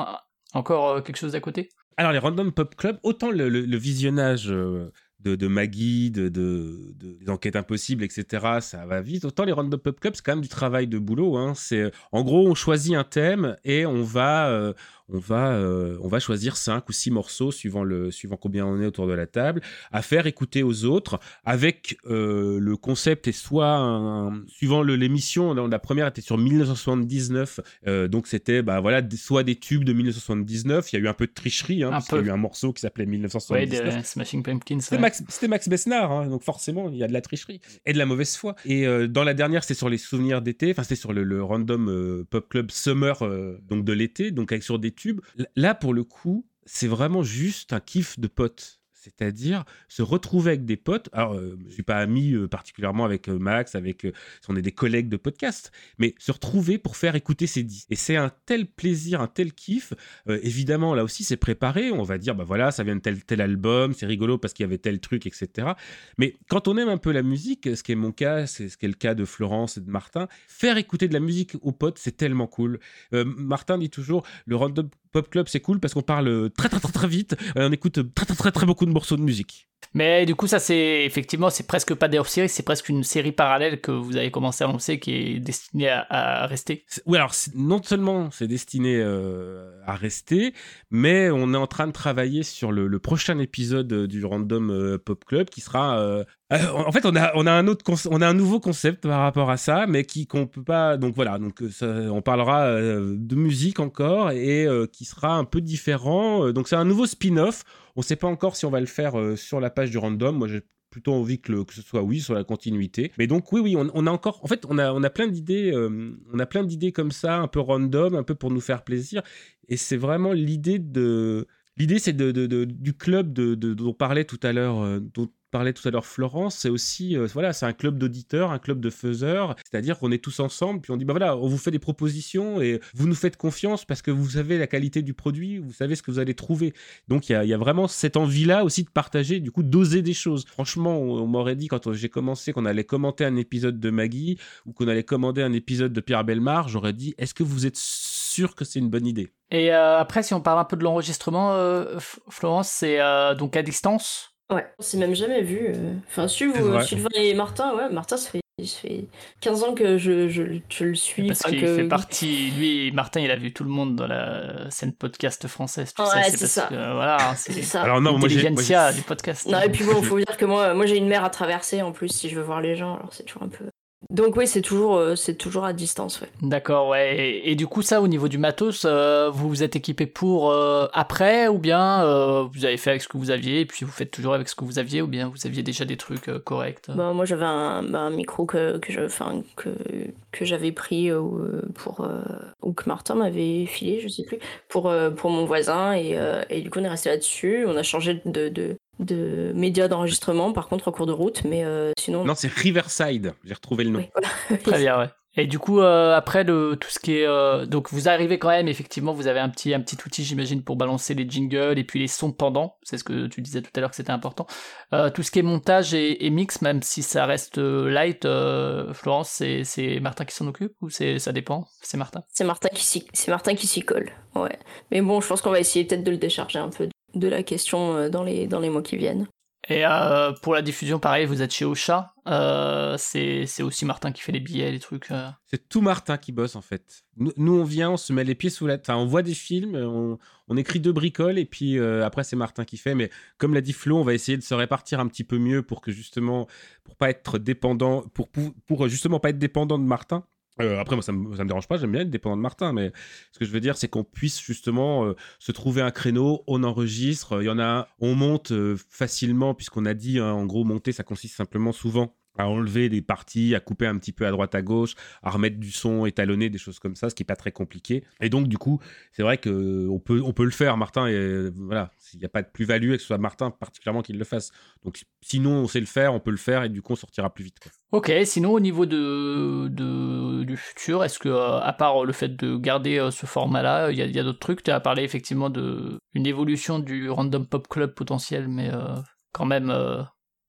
Speaker 4: Encore euh, quelque chose d'à côté ?
Speaker 6: Alors, les Random Pop Club, autant le, le, le visionnage euh, de, de Maggie, de, de, de, des Enquêtes Impossibles, et cetera, ça va vite, autant les Random Pop Club, c'est quand même du travail de boulot. Hein. C'est, en gros, on choisit un thème et on va... Euh, On va, euh, on va choisir cinq ou six morceaux, suivant, le, suivant combien on est autour de la table, à faire écouter aux autres, avec euh, le concept est soit, un, suivant le, l'émission, la première était sur dix-neuf cent soixante-dix-neuf, euh, donc c'était bah, voilà, soit des tubes de dix-neuf cent soixante-dix-neuf, il y a eu un peu de tricherie, hein, parce peu. qu'il y a eu un morceau qui s'appelait dix-neuf cent soixante-dix-neuf.
Speaker 4: Ouais, des Smashing Pumpkins.
Speaker 6: C'était,
Speaker 4: ouais.
Speaker 6: Max, c'était Max Besnard, hein, donc forcément, il y a de la tricherie et de la mauvaise foi. Et euh, dans la dernière, c'était sur les souvenirs d'été, enfin c'était sur le, le Random euh, Pop Club Summer, euh, donc de l'été, donc avec sur des tubes. Là, pour le coup, c'est vraiment juste un kiff de potes. C'est-à-dire se retrouver avec des potes. Alors, euh, je ne suis pas ami euh, particulièrement avec euh, Max, avec, euh, on est des collègues de podcast, mais se retrouver pour faire écouter ces disques. Et c'est un tel plaisir, un tel kiff. Euh, évidemment, là aussi, c'est préparé. On va dire, bah voilà, ça vient de tel, tel album, c'est rigolo parce qu'il y avait tel truc, et cetera. Mais quand on aime un peu la musique, ce qui est mon cas, c'est ce qui est le cas de Florence et de Martin, faire écouter de la musique aux potes, c'est tellement cool. Euh, Martin dit toujours, le Random Pop Club, c'est cool parce qu'on parle très très très très vite, et on écoute très très très très beaucoup de morceaux de musique.
Speaker 4: Mais du coup, ça c'est effectivement, c'est presque pas des hors-séries, c'est presque une série parallèle que vous avez commencé à lancer qui est destinée à, à rester.
Speaker 6: C'est, oui, alors c'est, non seulement c'est destiné euh, à rester, mais on est en train de travailler sur le, le prochain épisode du Random euh, Pop Club qui sera. Euh, euh, en fait, on a on a un autre conce- on a un nouveau concept par rapport à ça, mais qui qu'on peut pas. Donc voilà, donc ça, on parlera euh, de musique encore et euh, qui sera un peu différent. Donc c'est un nouveau spin-off. On ne sait pas encore si on va le faire euh, sur la page du Random. Moi, j'ai plutôt envie que, le, que ce soit oui sur la continuité. Mais donc oui, oui, on, on a encore. En fait, on a, on a plein d'idées. Euh, on a plein d'idées comme ça, un peu random, un peu pour nous faire plaisir. Et c'est vraiment l'idée de. L'idée, c'est de, de, de du club de, de, dont parlait tout à l'heure. Euh, dont parlait tout à l'heure Florence, c'est aussi, euh, voilà, c'est un club d'auditeurs, un club de faiseurs, c'est-à-dire qu'on est tous ensemble, puis on dit, bah voilà, on vous fait des propositions et vous nous faites confiance parce que vous savez la qualité du produit, vous savez ce que vous allez trouver. Donc il y, y a vraiment cette envie-là aussi de partager, du coup, d'oser des choses. Franchement, on, on m'aurait dit quand j'ai commencé qu'on allait commenter un épisode de Maggie ou qu'on allait commander un épisode de Pierre Bellemare, j'aurais dit, est-ce que vous êtes sûr que c'est une bonne idée ?
Speaker 4: Et euh, après, si on parle un peu de l'enregistrement, euh, Florence, c'est euh, donc à distance ?
Speaker 5: Ouais, on s'est même jamais vu. Enfin, si vous, Sylvain et Martin, ouais, Martin, ça fait, ça fait quinze ans que je, je, je le suis.
Speaker 4: Parce qu'il
Speaker 5: que...
Speaker 4: fait partie, lui, Martin, il a vu tout le monde dans la scène podcast française. Tu
Speaker 5: ouais,
Speaker 4: sais,
Speaker 5: c'est,
Speaker 4: c'est parce
Speaker 5: ça.
Speaker 4: que, voilà, c'est,
Speaker 5: c'est ça.
Speaker 6: Alors non, moi j'ai, moi j'ai...
Speaker 4: du podcast.
Speaker 5: Non, et puis bon, faut dire que moi, moi j'ai une mer à traverser en plus si je veux voir les gens, alors c'est toujours un peu... Donc oui, c'est toujours, euh, c'est toujours à distance, ouais.
Speaker 4: D'accord, ouais. Et, et du coup, ça, au niveau du matos, euh, vous vous êtes équipé pour euh, après, ou bien euh, vous avez fait avec ce que vous aviez, et puis vous faites toujours avec ce que vous aviez, ou bien vous aviez déjà des trucs euh, corrects euh...
Speaker 5: Bah moi, j'avais un, bah, un micro que que, je, enfin, que que j'avais pris euh, pour euh, ou que Martin m'avait filé, je sais plus, pour euh, pour mon voisin, et euh, et du coup on est resté là-dessus. On a changé de de de médias d'enregistrement par contre en cours de route, mais euh, sinon
Speaker 6: non, c'est Riverside, j'ai retrouvé le nom.
Speaker 5: Oui, voilà.
Speaker 4: Très bien, ouais. Et du coup, euh, après le, tout ce qui est... Euh, donc vous arrivez quand même, effectivement, vous avez un petit, un petit outil, j'imagine, pour balancer les jingles et puis les sons pendant. C'est ce que tu disais tout à l'heure que c'était important. Euh, tout ce qui est montage et, et mix, même si ça reste light, euh, Florence, c'est, c'est Martin qui s'en occupe ou c'est, ça dépend ? C'est Martin ?
Speaker 5: C'est Martin qui s'y, c'est Martin qui s'y colle, ouais. Mais bon, je pense qu'on va essayer peut-être de le décharger un peu de la question dans les, dans les mois qui viennent.
Speaker 4: Et euh, pour la diffusion, pareil, vous êtes chez Ocha. Euh, c'est, c'est aussi Martin qui fait les billets, les trucs. Euh...
Speaker 6: C'est tout Martin qui bosse, en fait. Nous, nous, on vient, on se met les pieds sous la... Enfin, on voit des films, on, on écrit deux bricoles, et puis euh, après, c'est Martin qui fait. Mais comme l'a dit Flo, on va essayer de se répartir un petit peu mieux pour que, justement, pour pas être dépendant, pour, pour, pour justement pas être dépendant de Martin. Euh, après, moi, ça me, ça me dérange pas, j'aime bien être dépendant de Martin, mais ce que je veux dire, c'est qu'on puisse justement euh, se trouver un créneau, on enregistre, il y en a un, on monte euh, facilement, puisqu'on a dit, hein, en gros, monter, ça consiste simplement souvent à enlever des parties, à couper un petit peu à droite à gauche, à remettre du son étalonné, des choses comme ça, ce qui n'est pas très compliqué. Et donc, du coup, c'est vrai qu'on peut, on peut le faire, Martin, et voilà, il n'y a pas de plus-value, et que ce soit Martin particulièrement qui le fasse. Donc, sinon, on sait le faire, on peut le faire, et du coup, on sortira plus vite, quoi.
Speaker 4: Ok, sinon, au niveau de, de, du futur, est-ce que, euh, à part le fait de garder euh, ce format-là, il y, y a d'autres trucs ? Tu as parlé effectivement d'une évolution du Random Pop Club potentiel, mais euh, quand même... Euh...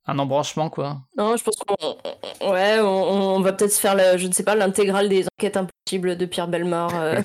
Speaker 4: un embranchement, quoi.
Speaker 5: Non, je pense qu'on on- ouais, on, on va peut-être se faire, la, je ne sais pas, l'intégrale des enquêtes impossibles de Pierre Bellemare euh,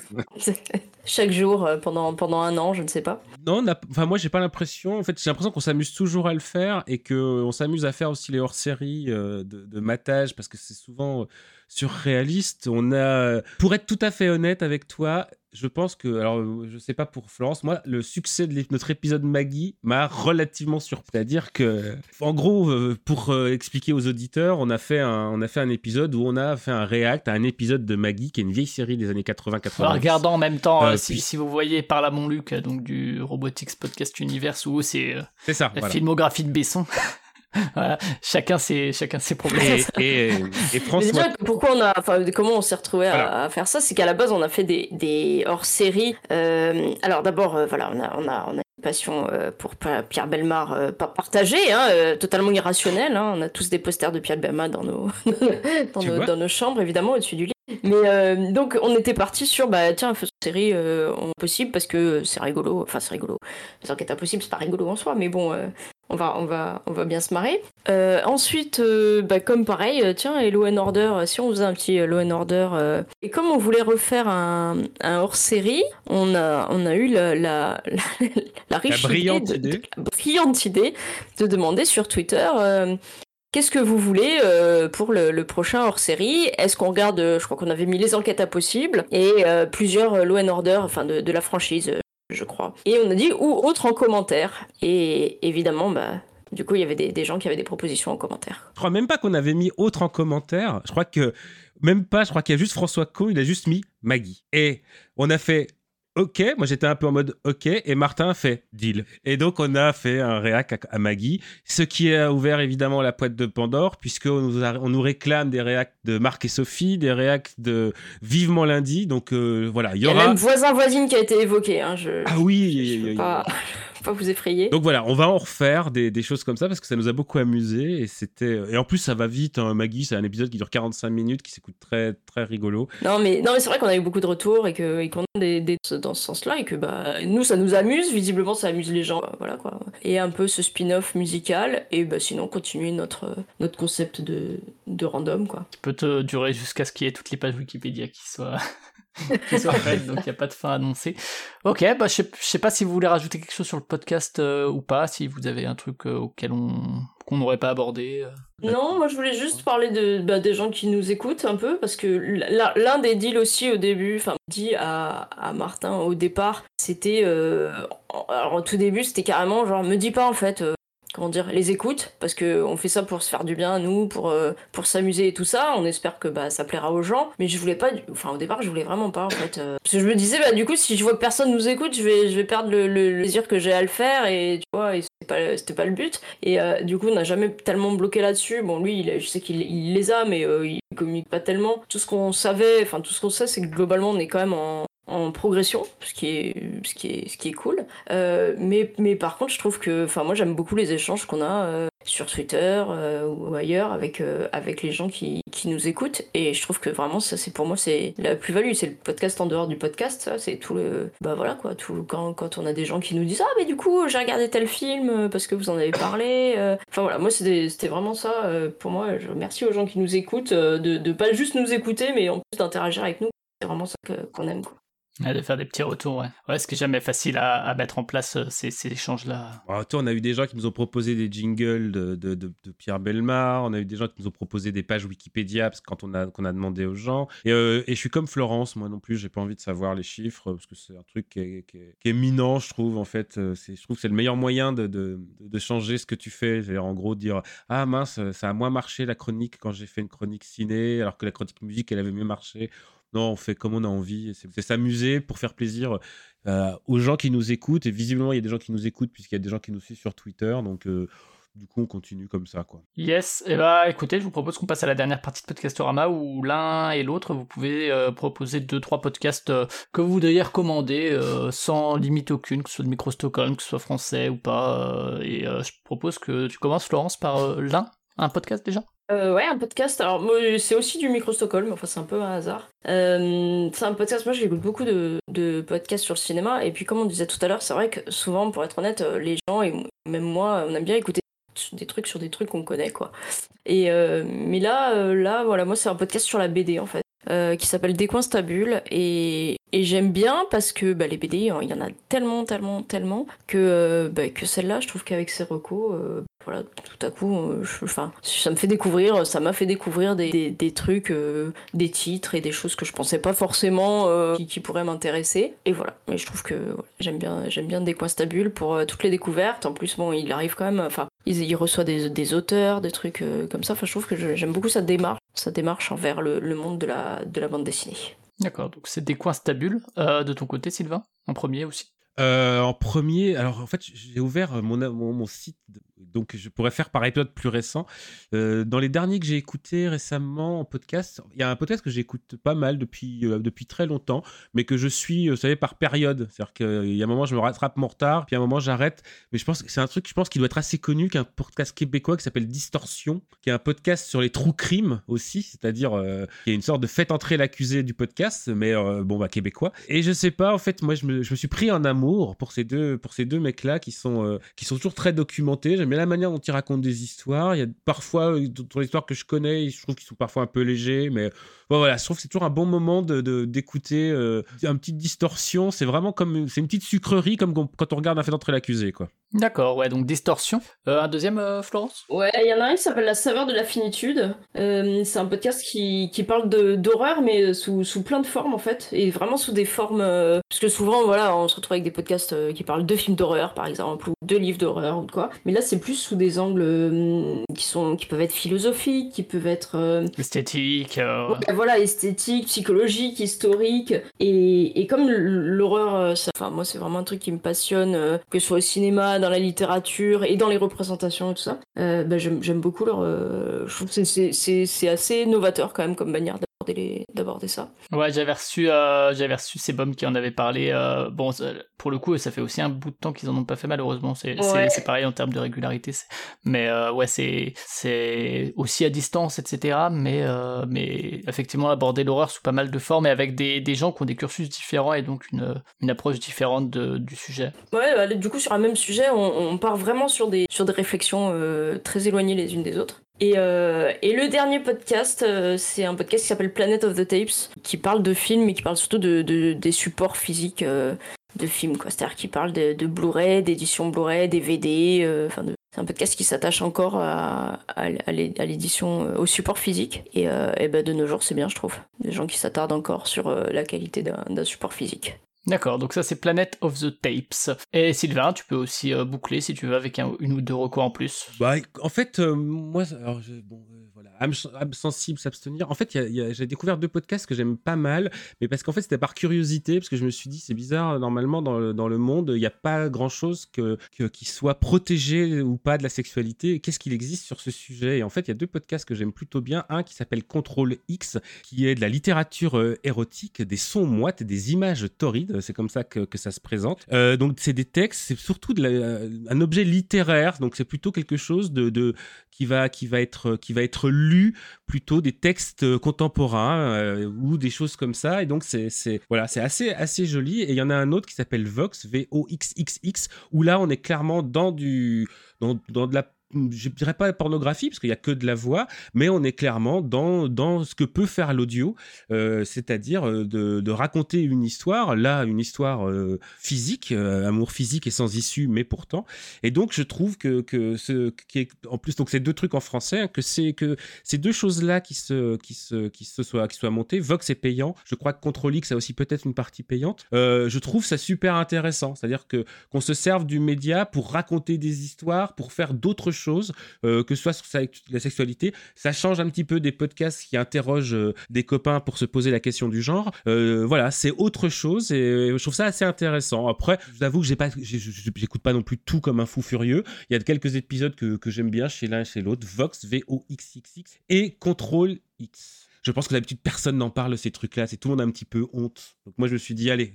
Speaker 5: chaque jour euh, pendant, pendant un an, je ne sais pas.
Speaker 6: Non, on a- enfin moi j'ai pas l'impression. En fait, j'ai l'impression qu'on s'amuse toujours à le faire et que on s'amuse à faire aussi les hors-séries euh, de, de matage parce que c'est souvent euh, surréaliste. On a, pour être tout à fait honnête avec toi, je pense que, alors euh, je sais pas pour Florence, moi le succès de l'é- notre épisode Maggie m'a relativement surpris. C'est-à-dire que, en gros, euh, pour euh, expliquer aux auditeurs, on a fait un, on a fait un épisode où on a fait un react à un épisode de Maggie qui est une vieille série des années quatre-vingts quatre-vingt.
Speaker 4: En regardant en même temps,
Speaker 6: Euh,
Speaker 4: euh, si,
Speaker 6: puis-
Speaker 4: si vous voyez par là mon Luc, donc du Robotics Podcast Universe, où c'est euh,
Speaker 6: C'est ça.
Speaker 4: la
Speaker 6: Voilà.
Speaker 4: filmographie de Besson. Voilà, chacun ses, chacun ses problèmes.
Speaker 6: Et, et, et
Speaker 5: Mais
Speaker 6: François.
Speaker 5: déjà, pourquoi on a, enfin, comment on s'est retrouvé à,
Speaker 6: Voilà.
Speaker 5: à faire ça, c'est qu'à la base, on a fait des, des hors-séries. Euh, alors d'abord, euh, voilà, on a, on a, on a une passion euh, pour Pa- Pierre Bellemare, euh, pas partagée, hein, euh, totalement irrationnelle. Hein, on a tous des posters de Pierre Bellemare dans nos, dans,
Speaker 6: Tu
Speaker 5: nos
Speaker 6: vois
Speaker 5: dans nos chambres, évidemment, au-dessus du lit. Mais euh, donc, on était parti sur, bah tiens, faisons une série euh, impossible parce que c'est rigolo. Enfin, c'est rigolo. Les enquêtes impossibles, c'est pas rigolo en soi, mais bon. Euh, on va, on, va, on va bien se marrer. Euh, ensuite, euh, bah, comme pareil, euh, tiens, et Law and Order, euh, si on faisait un petit euh, Law and Order, euh, et comme on voulait refaire un, un hors-série, on a, on a eu la, la, la, la riche
Speaker 6: brillante
Speaker 5: idée, de,
Speaker 6: idée.
Speaker 5: de- la brillante idée de demander sur Twitter euh, qu'est-ce que vous voulez euh, pour le, le prochain hors-série. Est-ce qu'on regarde, euh, je crois qu'on avait mis les enquêtes impossibles et euh, plusieurs euh, Law and Order, enfin de, de la franchise, euh, je crois. Et on a dit ou autre en commentaire. Et évidemment, bah, du coup, il y avait des, des gens qui avaient des propositions en commentaire.
Speaker 6: Je crois même pas qu'on avait mis autre en commentaire. Je crois que même pas. Je crois qu'il y a juste François Co. Il a juste mis Maggie. Et on a fait OK. Moi j'étais un peu en mode OK. Et Martin a fait deal. Et donc on a fait un réac à, à Maggie. Ce qui a ouvert évidemment la boîte de Pandore puisqu'on nous, a- on nous réclame des réacs de Marc et Sophie, des réacs de Vivement lundi. Donc euh, voilà, il
Speaker 5: Il
Speaker 6: y
Speaker 5: y a
Speaker 6: aura.
Speaker 5: même voisin-voisine qui a été évoqué. Hein, je,
Speaker 6: Ah oui.
Speaker 5: je,
Speaker 6: il y a-
Speaker 5: je
Speaker 6: il y
Speaker 5: veux
Speaker 6: a-
Speaker 5: pas, je veux pas vous effrayer.
Speaker 6: Donc voilà, on va en refaire des, des choses comme ça parce que ça nous a beaucoup amusé et c'était et en plus ça va vite. Hein, Maggie, c'est un épisode qui dure quarante-cinq minutes, qui s'écoute très très rigolo.
Speaker 5: Non mais, non mais c'est vrai qu'on a eu beaucoup de retours et que- et qu'on a des, des dans ce sens-là et que bah nous ça nous amuse, visiblement ça amuse les gens, voilà quoi. Et un peu ce spin-off musical et bah sinon continuer notre notre concept de de random quoi.
Speaker 4: Qui peut te durer jusqu'à ce qu'il y ait toutes les pages Wikipédia qui soient, qui soient faites, donc il n'y a pas de fin annoncée. Ok, bah je sais, je sais pas si vous voulez rajouter quelque chose sur le podcast euh, ou pas, si vous avez un truc euh, auquel on qu'on n'aurait pas abordé. euh.
Speaker 5: Non, moi je voulais juste parler de, bah, des gens qui nous écoutent un peu, parce que l'un l'un des deals aussi au début, enfin dit à, à Martin au départ, c'était, euh, alors au tout début c'était carrément genre me dis pas en fait, euh, comment dire, les écoutes, parce que on fait ça pour se faire du bien à nous, pour, euh, pour s'amuser et tout ça, on espère que bah, ça plaira aux gens, mais je voulais pas, du- enfin au départ je voulais vraiment pas en fait, euh, parce que je me disais bah du coup si je vois que personne nous écoute, je vais, je vais perdre le, le, le plaisir que j'ai à le faire, et tu vois, et c'était pas, c'était pas le but, et euh, du coup on n'a jamais tellement bloqué là-dessus, bon lui il a- je sais qu'il il les a, mais euh, il communique pas tellement, tout ce qu'on savait, enfin tout ce qu'on sait c'est que globalement on est quand même en en progression, ce qui est, ce qui est, ce qui est cool. Euh, mais, mais par contre, je trouve que, enfin, moi, j'aime beaucoup les échanges qu'on a euh, sur Twitter euh, ou ailleurs avec, euh, avec les gens qui, qui nous écoutent. Et je trouve que vraiment, ça, c'est pour moi, c'est la plus-value. C'est le podcast en dehors du podcast. Ça, c'est tout le, bah voilà quoi. Tout quand, quand on a des gens qui nous disent ah mais du coup, j'ai regardé tel film euh, parce que vous en avez parlé. euh. Enfin voilà, moi, c'était, c'était vraiment ça. euh, pour moi, je remercie aux gens qui nous écoutent euh, de, de pas juste nous écouter, mais en plus d'interagir avec nous. C'est vraiment ça que, qu'on aime quoi.
Speaker 4: Ouais, de faire des petits retours, ouais. Ouais, ce qui est jamais facile à, à mettre en place, euh, ces, ces échanges-là.
Speaker 6: Alors, toi, on a eu des gens qui nous ont proposé des jingles de, de, de, de Pierre Bellemare, on a eu des gens qui nous ont proposé des pages Wikipédia parce que quand on a, qu'on a demandé aux gens. Et, euh, et je suis comme Florence, moi non plus, j'ai pas envie de savoir les chiffres parce que c'est un truc qui est, qui est, qui est éminent, je trouve. En fait, c'est, je trouve que c'est le meilleur moyen de, de, de changer ce que tu fais. C'est-à-dire, en gros, dire ah mince, ça a moins marché la chronique quand j'ai fait une chronique ciné, alors que la chronique musique, elle avait mieux marché. Non, on fait comme on a envie. C'est, c'est s'amuser pour faire plaisir euh, aux gens qui nous écoutent. Et visiblement, il y a des gens qui nous écoutent puisqu'il y a des gens qui nous suivent sur Twitter. Donc, euh, du coup, on continue comme ça, quoi.
Speaker 4: Yes, et bah écoutez, je vous propose qu'on passe à la dernière partie de Podcastorama où l'un et l'autre, vous pouvez euh, proposer deux, trois podcasts euh, que vous voudriez recommander euh, sans limite aucune, que ce soit de Micro Stockholm, que ce soit français ou pas. Euh, et euh, je propose que tu commences, Florence, par euh, l'un, un podcast déjà.
Speaker 5: Euh, ouais, un podcast. Alors, moi, c'est aussi du Micro Stockholm, enfin, c'est un peu un hasard. Euh, c'est un podcast, moi, j'écoute beaucoup de, de podcasts sur le cinéma. Et puis, comme on disait tout à l'heure, c'est vrai que souvent, pour être honnête, les gens, et même moi, on aime bien écouter des trucs sur des trucs qu'on connaît, quoi. Et euh, mais là, euh, là, voilà, moi c'est un podcast sur la B D en fait, euh, qui s'appelle Décoinstabule et et j'aime bien parce que bah, les B D, il y en a tellement, tellement, tellement que euh, bah, que celle-là, je trouve qu'avec ses recos, euh, voilà, tout à coup, euh, je, enfin, ça me fait découvrir, ça m'a fait découvrir des des, des trucs, euh, des titres et des choses que je pensais pas forcément euh, qui, qui pourraient m'intéresser. Et voilà, mais je trouve que voilà, j'aime bien, j'aime bien Décoinstabule pour euh, toutes les découvertes. En plus, bon, il arrive quand même, enfin. Il, il reçoit des, des auteurs, des trucs euh, comme ça. Enfin, je trouve que je, j'aime beaucoup sa démarche, sa démarche envers le, le monde de la, de la bande dessinée.
Speaker 4: D'accord, donc c'est Décoinstabule. Euh, de ton côté, Sylvain, en premier aussi.
Speaker 6: Euh, en premier, alors en fait, j'ai ouvert mon, mon, mon site, donc je pourrais faire par épisode plus récent. Euh, dans les derniers que j'ai écoutés récemment en podcast, il y a un podcast que j'écoute pas mal depuis, euh, depuis très longtemps, mais que je suis, vous savez, par période. C'est-à-dire qu'il y a un moment, je me rattrape mon retard, puis à un moment, j'arrête. Mais je pense que c'est un truc, je pense, qui doit être assez connu, qu'un podcast québécois qui s'appelle Distorsion, qui est un podcast sur les true crimes aussi, c'est-à-dire euh, qui est une sorte de faites entrer l'accusé du podcast, mais euh, bon, bah, québécois. Et je sais pas, en fait, moi, je me, je me suis pris en amour pour ces deux pour ces deux mecs là qui sont euh, qui sont toujours très documentés. J'aime bien la manière dont ils racontent des histoires. Il y a parfois euh, dans l'histoire que je connais, je trouve qu'ils sont parfois un peu légers, mais bon, voilà, je trouve que c'est toujours un bon moment de, de d'écouter euh, une petite distorsion. C'est vraiment comme c'est une petite sucrerie comme quand on regarde un fait d'entrer l'accusé, quoi.
Speaker 4: D'accord, ouais, donc Distorsion. Euh, un deuxième, euh, Florence ?
Speaker 5: Ouais, il y en a un qui s'appelle La saveur de la finitude. Euh, c'est un podcast qui, qui parle de, d'horreur, mais sous, sous plein de formes, en fait. Et vraiment sous des formes... Euh, parce que souvent, voilà, on se retrouve avec des podcasts euh, qui parlent de films d'horreur, par exemple, ou de livres d'horreur, ou de quoi. Mais là, c'est plus sous des angles euh, qui, sont, qui peuvent être philosophiques, qui peuvent être... Euh,
Speaker 4: esthétique. Euh...
Speaker 5: Ouais, voilà, esthétique, psychologique, historique. Et, et comme l'horreur, euh, ça, enfin, moi, c'est vraiment un truc qui me passionne, euh, que ce soit au cinéma, dans la littérature et dans les représentations et tout ça. Euh, bah, j'aime, j'aime beaucoup leur. Euh, je trouve que c'est, c'est, c'est assez novateur quand même comme manière d'aborder, les, d'aborder ça.
Speaker 4: Ouais, j'avais reçu, euh, j'avais reçu ces bombes qui en avaient parlé. Euh, bon, ça, pour le coup, ça fait aussi un bout de temps qu'ils en ont pas fait malheureusement. C'est, ouais. c'est, c'est pareil en termes de régularité. C'est... Mais euh, ouais, c'est, c'est aussi à distance, et cetera. Mais, euh, mais effectivement, aborder l'horreur sous pas mal de formes et avec des, des gens qui ont des cursus différents et donc une, une approche différente de, du sujet.
Speaker 5: Ouais, bah, du coup, sur un même sujet, on, on part vraiment sur des, sur des réflexions euh, très éloignées les unes des autres. Et, euh, et le dernier podcast, euh, c'est un podcast qui s'appelle Planet of the Tapes, qui parle de films, mais qui parle surtout de, de, des supports physiques euh, de films, quoi. C'est-à-dire qui parle de, de Blu-ray, d'édition Blu-ray, D V D, euh, de... c'est un podcast qui s'attache encore à, à, à l'édition, euh, au support physique. Et, euh, et ben de nos jours, c'est bien, je trouve. Des gens qui s'attardent encore sur euh, la qualité d'un, d'un support physique.
Speaker 4: D'accord, donc ça c'est Planet of the Tapes. Et Sylvain, tu peux aussi euh, boucler si tu veux avec un, une ou deux recos en plus.
Speaker 6: Bah, en fait, euh, moi, alors, je, bon, euh, voilà, âme, âme sensible, s'abstenir. En fait, y a, y a, j'ai découvert deux podcasts que j'aime pas mal, mais parce qu'en fait, c'était par curiosité, parce que je me suis dit, c'est bizarre, normalement, dans le, dans le monde, il n'y a pas grand-chose que, que, qui soit protégé ou pas de la sexualité. Qu'est-ce qu'il existe sur ce sujet ? Et en fait, il y a deux podcasts que j'aime plutôt bien. Un qui s'appelle Contrôle X, qui est de la littérature euh, érotique, des sons moites et des images torrides. C'est comme ça que, que ça se présente. Euh, donc, c'est des textes, c'est surtout de la, un objet littéraire, donc c'est plutôt quelque chose de, de, qui, va, qui, va être, qui va être lu, plutôt des textes contemporains euh, ou des choses comme ça. Et donc, c'est, c'est, voilà, c'est assez, assez joli. Et il y en a un autre qui s'appelle Vox, V O X X X, où là, on est clairement dans, du, dans, dans de la je dirais pas la pornographie parce qu'il y a que de la voix, mais on est clairement dans dans ce que peut faire l'audio, euh, c'est-à-dire de, de raconter une histoire, là une histoire euh, physique, euh, amour physique et sans issue, mais pourtant. Et donc je trouve que que ce qui est en plus donc c'est deux trucs en français, hein, que c'est que ces deux choses-là qui se qui se qui se soient qui soient montées. Vox est payant, je crois que Control X a aussi peut-être une partie payante. Euh, je trouve ça super intéressant, c'est-à-dire que qu'on se serve du média pour raconter des histoires, pour faire d'autres choses, euh, que ce soit sur la sexualité. Ça change un petit peu des podcasts qui interrogent euh, des copains pour se poser la question du genre. Euh, voilà, c'est autre chose et je trouve ça assez intéressant. Après, je vous avoue que j'ai pas, j'ai, j'écoute pas non plus tout comme un fou furieux. Il y a quelques épisodes que, que j'aime bien chez l'un et chez l'autre. Vox, V O X X X et Contrôle X. Je pense que d'habitude, personne n'en parle, ces trucs-là. C'est tout le monde a un petit peu honte. Donc moi, je me suis dit, allez,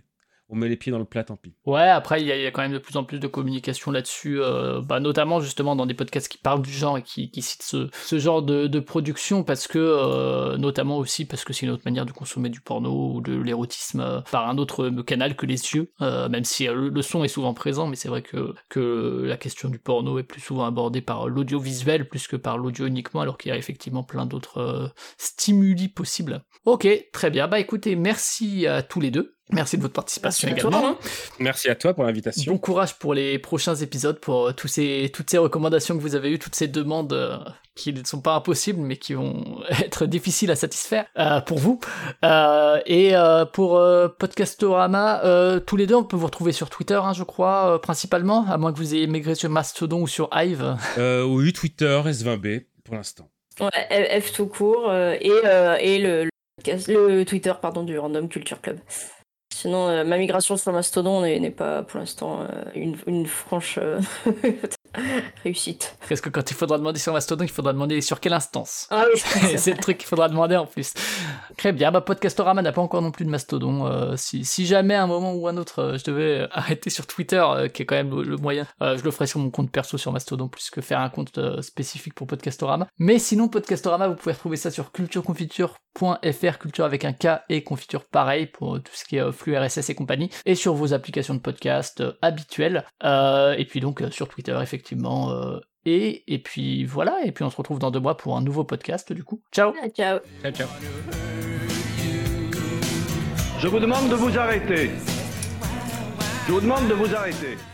Speaker 6: on met les pieds dans le plat, tant pis.
Speaker 4: Ouais, après, il y, y a quand même de plus en plus de communication là-dessus, euh, bah, notamment justement dans des podcasts qui parlent du genre et qui, qui citent ce, ce genre de, de production, parce que, euh, notamment aussi parce que c'est une autre manière de consommer du porno ou de l'érotisme euh, par un autre canal que les yeux, euh, même si euh, le, le son est souvent présent, mais c'est vrai que, que la question du porno est plus souvent abordée par l'audiovisuel plus que par l'audio uniquement, alors qu'il y a effectivement plein d'autres euh, stimuli possibles. Ok, très bien, bah écoutez, merci à tous les deux. Merci de votre participation
Speaker 5: Merci
Speaker 4: également.
Speaker 5: toi, hein.
Speaker 6: Merci à toi pour l'invitation.
Speaker 4: Bon courage pour les prochains épisodes, pour euh, tous ces, toutes ces recommandations que vous avez eues, toutes ces demandes euh, qui ne sont pas impossibles, mais qui vont être difficiles à satisfaire euh, pour vous. Euh, et euh, pour euh, Podcastorama, euh, tous les deux, on peut vous retrouver sur Twitter, hein, je crois, euh, principalement, à moins que vous ayez migré sur Mastodon ou sur Hive.
Speaker 6: Euh, oui, Twitter, S vingt B, pour l'instant.
Speaker 5: Ouais, F tout court euh, et, euh, et le, le, le Twitter pardon, du Random Culture Club. Sinon, euh, ma migration sur Mastodon n'est, n'est pas pour l'instant euh, une, une franche euh, réussite.
Speaker 4: Parce que quand il faudra demander sur Mastodon, il faudra demander sur quelle instance.
Speaker 5: Ah oui,
Speaker 4: c'est, c'est le truc qu'il faudra demander en plus. Très bien, bah Podcastorama n'a pas encore non plus de Mastodon. Euh, si, si jamais à un moment ou un autre euh, je devais arrêter sur Twitter, euh, qui est quand même le, le moyen, euh, je le ferai sur mon compte perso sur Mastodon plus que faire un compte euh, spécifique pour Podcastorama. Mais sinon, Podcastorama, vous pouvez retrouver ça sur cultureconfiture point f r, culture avec un K et confiture pareil pour tout ce qui est euh, flux R S S et compagnie, et sur vos applications de podcast euh, habituelles. Euh, et puis donc euh, sur Twitter, effectivement. Euh, et, et puis voilà, et puis on se retrouve dans deux mois pour un nouveau podcast du coup. Ciao.
Speaker 5: Ah, ciao.
Speaker 6: Ciao, ciao.
Speaker 1: Je vous demande de vous arrêter. Je vous demande de vous arrêter.